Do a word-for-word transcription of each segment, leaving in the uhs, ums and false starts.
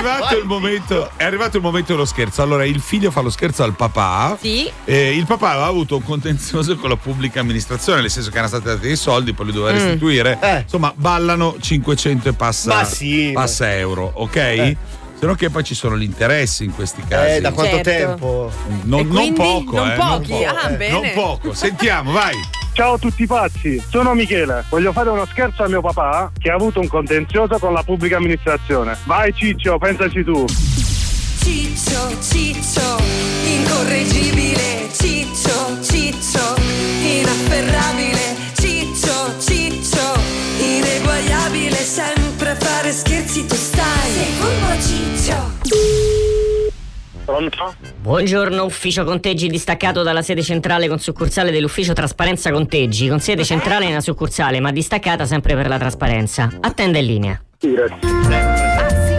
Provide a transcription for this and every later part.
arrivato Vai. il momento, è arrivato il momento dello scherzo. Allora, il figlio fa lo scherzo al papà. Sì. Eh, il papà aveva avuto un contenzioso con la pubblica amministrazione, nel senso che erano stati dati dei soldi, poi li doveva Mm. restituire. Eh. Insomma, ballano cinquecento e passa, Ma sì, passa euro, ok? Eh. Se no che poi ci sono gli interessi in questi casi. Eh, da quanto Certo. tempo? non, E non quindi? poco, Non eh, pochi? non poco, Ah, eh. bene. Non poco. Sentiamo, vai. Ciao a tutti pazzi, sono Michele. Voglio fare uno scherzo a mio papà che ha avuto un contenzioso con la pubblica amministrazione. Vai Ciccio, pensaci tu. Ciccio, Ciccio, incorreggibile. Ciccio, Ciccio, inafferrabile. Ciccio, Ciccio, ineguagliabile. Sempre a fare scherzi tu stai. Secondo Ciccio. Pronto? Buongiorno, ufficio conteggi distaccato dalla sede centrale con succursale dell'ufficio trasparenza conteggi, con sede centrale nella succursale ma distaccata sempre per la trasparenza. Attenda in linea. Ah, sì,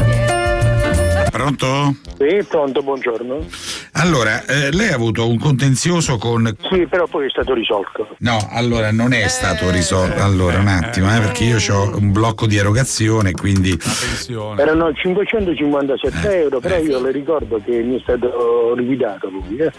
grazie. Pronto? Sì, pronto, buongiorno. Allora, eh, lei ha avuto un contenzioso con... Sì, però poi è stato risolto. No, allora non è stato risolto. Allora, un attimo, eh, perché io ho un blocco di erogazione, quindi... Erano cinquecentocinquantasette euro, però io le ricordo che mi è stato liquidato lui, eh.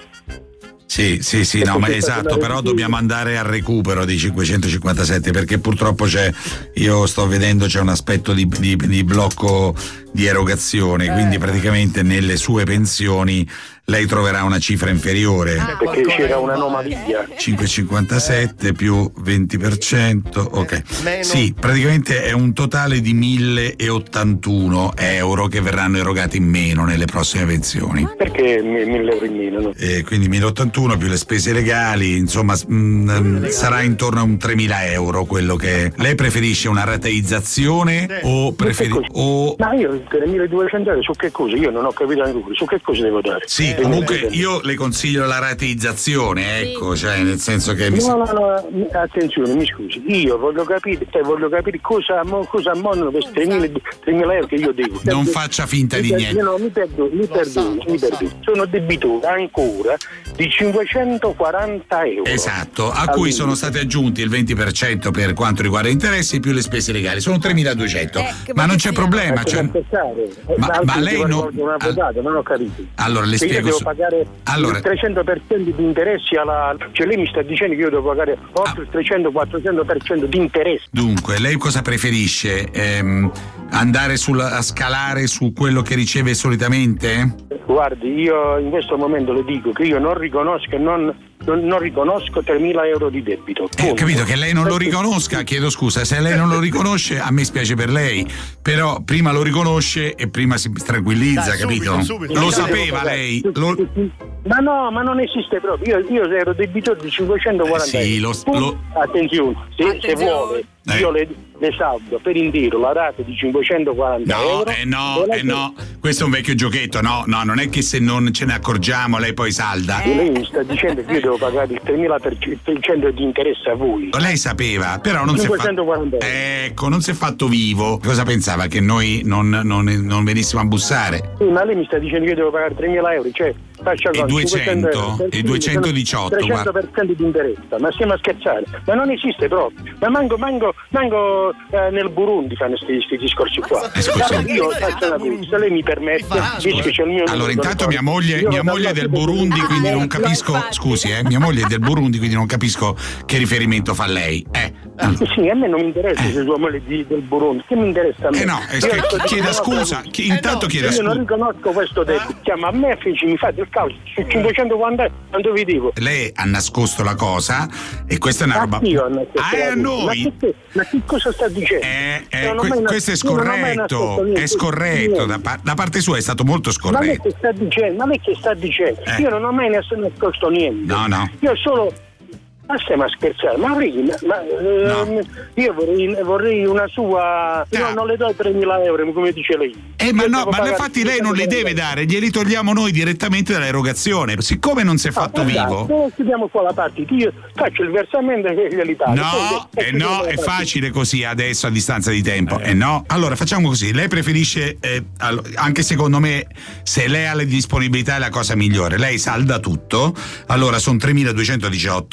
Sì, sì, sì, no, ma esatto, però dobbiamo andare al recupero dei cinquecentocinquantasette perché purtroppo c'è, io sto vedendo c'è un aspetto di, di, di blocco di erogazione, quindi praticamente nelle sue pensioni lei troverà una cifra inferiore. Ah, perché c'era un'anomalia. cinquecentocinquantasette più venti per cento, ok. Meno. Sì, praticamente è un totale di mille ottantuno euro che verranno erogati in meno nelle prossime pensioni. Perché mille euro in meno? No? E quindi mille ottantuno più le spese legali, insomma, mh, sarà intorno a un tremila euro quello che lei preferisce una rateizzazione o preferi o Ma io per milleduecento euro su che cosa? Io non ho capito ancora, su che cosa devo dare? sì, comunque io le consiglio la rateizzazione, ecco, cioè nel senso che mi No, no, no, attenzione, mi scusi, io voglio capire, cioè, voglio capire cosa, cosa ammontano questi tremila euro che io devo. non faccia finta di Mi niente. No, mi perdo, mi perdo, mi perdo. Sono debitore ancora di cinquecentoquaranta euro. Esatto, a cui sono stati aggiunti il venti per cento per quanto riguarda interessi più le spese legali, sono tremiladuecento. Eh, che ma non c'è sia. problema, Ecco, cioè, per pensare. Ma- Altri ma lei ci non- vogliono un avvocato, non ho capito. allora le Se io spiego devo su- pagare allora il trecento per cento di interessi alla. Cioè lei mi sta dicendo che io devo pagare oltre il trecento quattrocento per cento di interessi. Dunque, lei cosa preferisce? Ehm, andare sulla, a scalare su quello che riceve solitamente? Guardi, io in questo momento le dico che io non riconosco non, non, non riconosco tremila euro di debito. Eh, ho Punto. capito che lei non lo riconosca, chiedo scusa, se lei non lo riconosce a me spiace per lei, però prima lo riconosce e prima si tranquillizza, Dai, capito? subito, subito. Lo Io sapeva lei? Lo- Ma no, ma non esiste proprio. Io, io ero debitore di cinquecentoquaranta Eh sì, euro. lo- Punto. lo- Attenzione, se, se Attenzione. vuole, Eh. io le, le saldo per intero la rata di cinquecentoquaranta No, euro. eh no, Non è eh che- no, questo è un vecchio giochetto, no, no, non è che se non ce ne accorgiamo lei poi salda. Lei mi sta dicendo che io devo pagare il tremila per cento di interesse a voi. Lei sapeva, però non si è fatto. cinquecentoquaranta euro. Ecco, non si è fatto vivo. Cosa pensava? Che noi non, non, non venissimo a bussare? Sì, ma lei mi sta dicendo che io devo pagare tremila euro, cioè faccia E cosa, duecento? cinquecento euro. E duecentodiciotto, trecento per cento di interesse, ma stiamo a scherzare, ma non esiste proprio, ma manco, manco, manco eh, nel Burundi fanno questi discorsi qua. Eh, scusi. Allora, io faccio una cosa, se lei mi permette, visto che c'è il mio Allora, numero intanto mia telefonico, moglie, io mia vado moglie è alla del sede Burundi, di- quindi Ah, non ecco, capisco. infatti. Scusi, eh, mia moglie è del Burundi, quindi non capisco che riferimento fa lei. Eh, allora. Sì, a me non mi interessa se sua moglie è di- del Burundi, che mi interessa a me? Eh no, è Io che sto chieda dicendo- scusa, chi- intanto chieda Io non scusa. riconosco questo debito, cioè, ma a me feci, mi fate il calcio su cinquecentoquaranta euro, quando vi dico. Lei ha nascosto la cosa e questa è una roba. Io ho nascosto Ah, è la a cosa. noi. Ma che, ma che cosa sta dicendo? Eh, eh, Io non ho que- mai nas- questo è io non ho mai scorretto, nascosto niente. è scorretto, Niente. da, par- da parte sua è stato molto Ma lei scorretto. che sta dicendo? Ma lei che sta dicendo? Eh. Io non ho mai nas- nascosto niente. No, no. Io solo. Ma stiamo a scherzare, ma, lei- ma eh, No. io vorrei, vorrei una sua. Ah. No, non le do tremila euro come dice lei. Eh, ma Io no, devo ma pagare infatti lei non li deve dare, glieli togliamo noi direttamente dall'erogazione. Siccome non si è fatto vivo. Noi chiudiamo qua la partita, io faccio il versamento e glieli taglio. No, Poi- eh no, è facile così adesso a distanza di tempo. Eh no. Allora facciamo così, lei preferisce, eh, allo- anche secondo me, se lei ha le disponibilità è la cosa migliore, lei salda tutto, allora sono tremiladuecentodiciotto e noi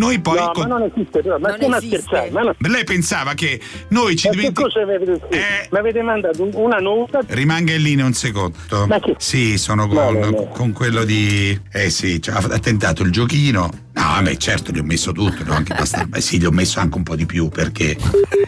noi poi No, con- ma non esiste, però, ma Non stiamo a esiste. scherzare, ma no. lei pensava che noi ci Ma che dimentichiamo. cosa mi avete scritto? Eh. Mi avete mandato un- una nota? Rimanga in linea un secondo. Ma che- Sì, sono No, con, no, no. con quello di. Eh sì, cioè, ha tentato il giochino. No, vabbè, certo, gli ho messo tutto, no, anche basta- Beh, sì, gli ho messo anche un po' di più perché.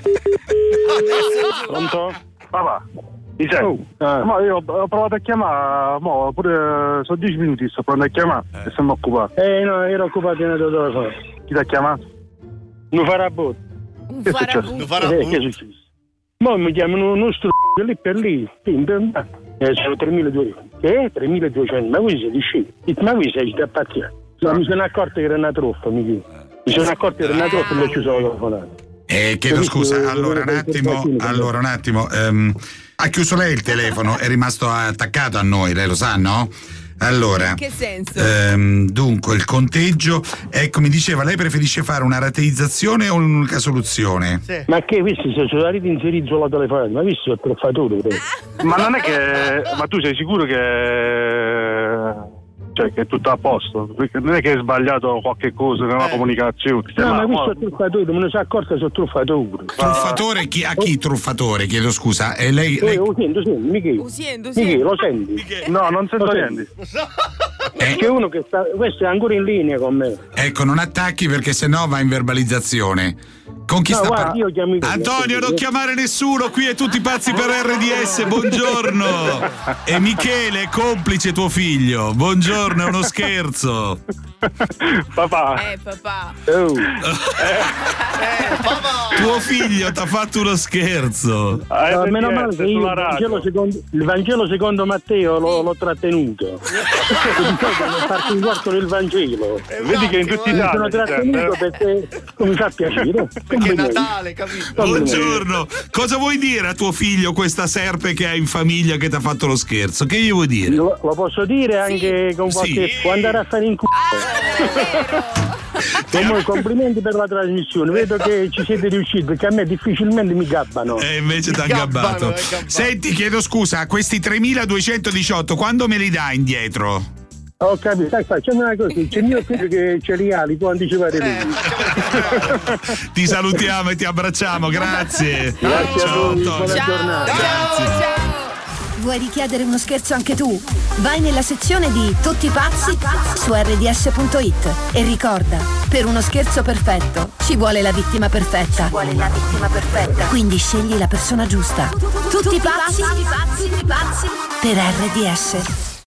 Pronto? Papà, mi senti? Oh, ah. Ma io ho provato a chiamare, mo, pure sono dieci minuti, sto provando a chiamare e siamo occupati. Eh no, ero occupato in altro telefono. Chi ti ha chiamato? Non farà botto. Un Che è successo? farabutto. Non farà Eh, che è successo? Mo mi chiamano uno str***o lì per lì. Pim, pim, pam. Eh, sono tremiladuecento. Che? tremiladuecento? Ma qui sei scemo. Ma qui sei da pazziare. No, mi sono accorto che era una truffa, mi chiedo. Mi sono accorto che era una truffa e l'ho chiuso la telefonata. Eh, chiedo Capisci? scusa, allora un Eh, attimo, eh, allora un attimo. ehm, ha chiuso lei il telefono, è rimasto attaccato a noi, lei lo sa, no? Allora, In che senso? ehm, dunque il conteggio, ecco, mi diceva, lei preferisce fare una rateizzazione o un'unica soluzione? Sì. Ma che questi sono sono arrivati inseriti sulla telefonata? Ma questi sono truffatori. però. Ma non è che. Ma tu sei sicuro che. Cioè, che è tutto a posto? Perché non è che hai sbagliato qualche cosa nella Eh. comunicazione. No, ma mo- questi sono truffatori, me ne sono accorto che sono truffatori. Truffatore, chi, a chi truffatore? Chiedo scusa. E lei, Eh, lei- lo sento, senti, Michele. Usiendo, Michele, usiendo. lo senti? No, non sento Lo niente. eh, C'è uno che sta, questo è ancora in linea con me. ecco, non attacchi perché sennò va in verbalizzazione. Con chi No, sta guarda, parlando? io chiamo i- Antonio, non chiamare nessuno, qui è tutti pazzi per R D S, buongiorno. E Michele, è complice tuo figlio. Buongiorno, è uno scherzo. Papà, Eh, papà. Oh, Tuo figlio ti ha fatto uno scherzo. hai no, meno male che io sulla il Vangelo radio. secondo, il Vangelo secondo Matteo l'ho, l'ho trattenuto. Ho fatto un quarto del Vangelo. Vedi che in tutti i Mi sono dati trattenuto perché mi fa piacere. Perché è Natale, capito? Buongiorno. Cosa vuoi dire a tuo figlio questa serpe che hai in famiglia che ti ha fatto lo scherzo? Che gli vuoi dire? Lo, lo posso dire anche con qualche. Sì. Può andare a fare in culo. Comunque, complimenti per la trasmissione. Vedo che ci siete riusciti perché a me difficilmente mi gabbano. E invece ti ha Gabbano, gabbato. è gabbato. Senti, chiedo scusa, questi tremiladuecentodiciotto quando me li dai indietro? Ho capito, dai, facciamo una cosa. C'è mio figlio che ce li ha, li può anticipare lui. Ti salutiamo e ti abbracciamo, grazie. Grazie a Ciao, voi, Antonio. buona Ciao, giornata. ciao, ciao. Vuoi richiedere uno scherzo anche tu? Vai nella sezione di Tutti pazzi su R D S punto it e ricorda, per uno scherzo perfetto ci vuole la vittima perfetta. Ci vuole la vittima perfetta. Quindi scegli la persona giusta. Tutti pazzi, pazzi, pazzi per R D S.